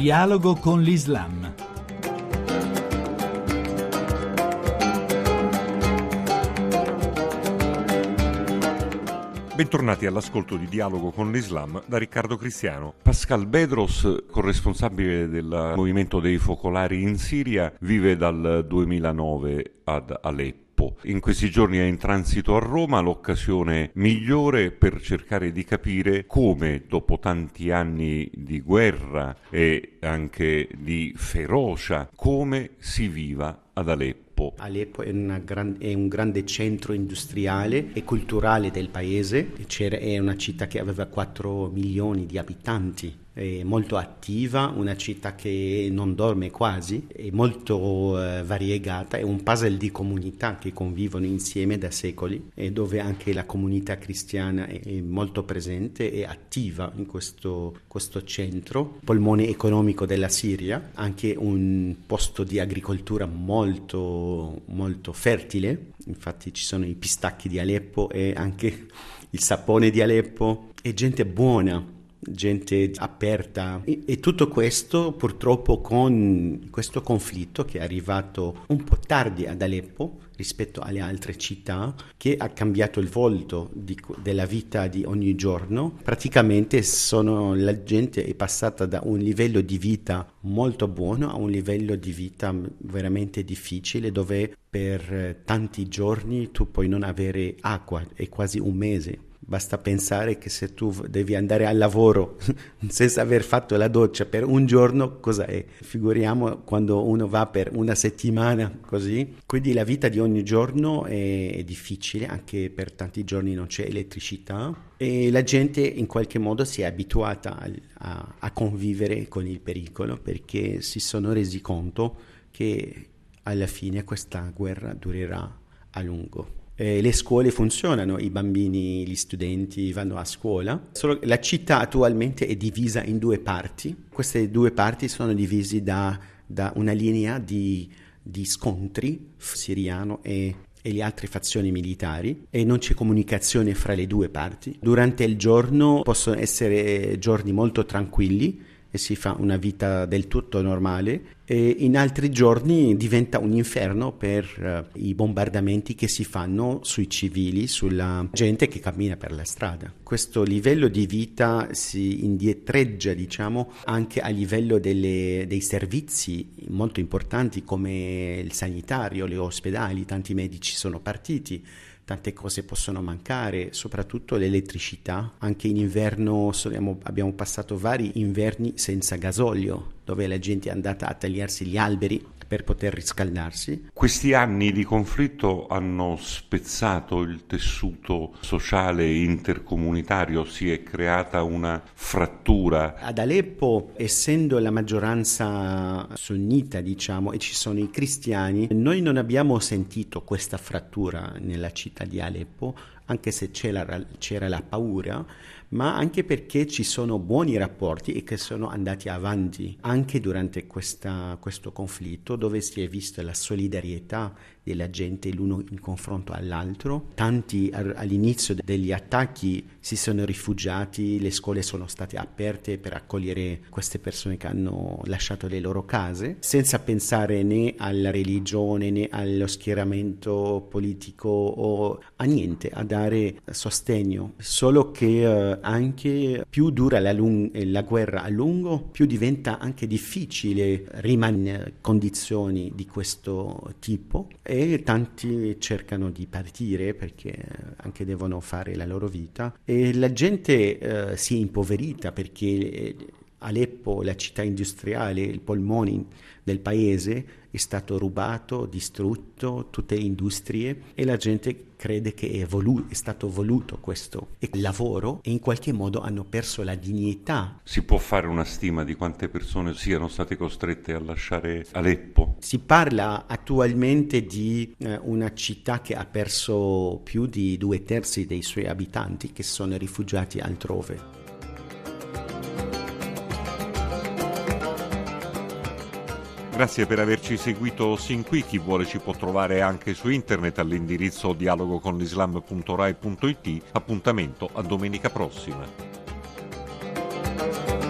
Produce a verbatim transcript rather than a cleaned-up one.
Dialogo con l'Islam. Bentornati all'ascolto di Dialogo con l'Islam da Riccardo Cristiano. Pascal Bedros, corresponsabile del movimento dei focolari in Siria, vive dal duemilanove ad Aleppo. In questi giorni è in transito a Roma, l'occasione migliore per cercare di capire come, dopo tanti anni di guerra e anche di ferocia, come si viva ad Aleppo. Aleppo è, una gran, è un grande centro industriale e culturale del paese. C'era, è una città che aveva quattro milioni di abitanti, è molto attiva, una città che non dorme quasi, è molto eh, variegata, è un puzzle di comunità che convivono insieme da secoli e dove anche la comunità cristiana è, è molto presente e attiva in questo, questo centro, polmone economico della Siria, anche un posto di agricoltura molto molto fertile. Infatti ci sono i pistacchi di Aleppo e anche il sapone di Aleppo, e gente buona, gente aperta, e, e tutto questo purtroppo con questo conflitto che è arrivato un po' tardi ad Aleppo rispetto alle altre città, che ha cambiato il volto di, della vita di ogni giorno. Praticamente sono, la gente è passata da un livello di vita molto buono a un livello di vita veramente difficile, dove per tanti giorni tu puoi non avere acqua, è quasi un mese. Basta pensare che se tu devi andare al lavoro senza aver fatto la doccia per un giorno, cosa è? Figuriamo quando uno va per una settimana così. Quindi la vita di ogni giorno è, è difficile, anche per tanti giorni non c'è elettricità e la gente in qualche modo si è abituata a, a, a convivere con il pericolo, perché si sono resi conto che alla fine questa guerra durerà a lungo. Eh, le scuole funzionano, i bambini, gli studenti vanno a scuola. Solo la città attualmente è divisa in due parti. Queste due parti sono divise da, da una linea di, di scontri siriano e, e le altre fazioni militari, e non c'è comunicazione fra le due parti. Durante il giorno possono essere giorni molto tranquilli e si fa una vita del tutto normale, e in altri giorni diventa un inferno per uh, i bombardamenti che si fanno sui civili, sulla gente che cammina per la strada. Questo livello di vita si indietreggia, diciamo, anche a livello delle, dei servizi molto importanti come il sanitario, gli ospedali. Tanti medici sono partiti, tante cose possono mancare, soprattutto l'elettricità. Anche in inverno abbiamo, abbiamo passato vari inverni senza gasolio, dove la gente è andata a tagliarsi gli alberi per poter riscaldarsi. Questi anni di conflitto hanno spezzato il tessuto sociale intercomunitario, si è creata una frattura. Ad Aleppo, essendo la maggioranza sunnita, diciamo, e ci sono i cristiani, noi non abbiamo sentito questa frattura nella città di Aleppo, anche se c'era, c'era la paura, ma anche perché ci sono buoni rapporti e che sono andati avanti anche durante questa, questo conflitto, dove si è vista la solidarietà della gente l'uno in confronto all'altro. Tanti all'inizio degli attacchi si sono rifugiati, le scuole sono state aperte per accogliere queste persone che hanno lasciato le loro case, senza pensare né alla religione né allo schieramento politico o a niente, a dare sostegno. Solo che eh, anche più dura la, lung- la guerra a lungo, più diventa anche difficile rimanere in condizioni di questo tipo, e tanti cercano di partire perché anche devono fare la loro vita, e la gente eh, si è impoverita perché Aleppo, la città industriale, il polmone del paese, è stato rubato, distrutto, tutte le industrie, e la gente crede che è, volu- è stato voluto questo e il lavoro, e in qualche modo hanno perso la dignità. Si può fare una stima di quante persone siano state costrette a lasciare Aleppo? Si parla attualmente di eh, una città che ha perso più di due terzi dei suoi abitanti, che sono rifugiati altrove. Grazie per averci seguito sin qui. Chi vuole ci può trovare anche su internet all'indirizzo dialogo con l'islam punto rai punto it. Appuntamento a domenica prossima.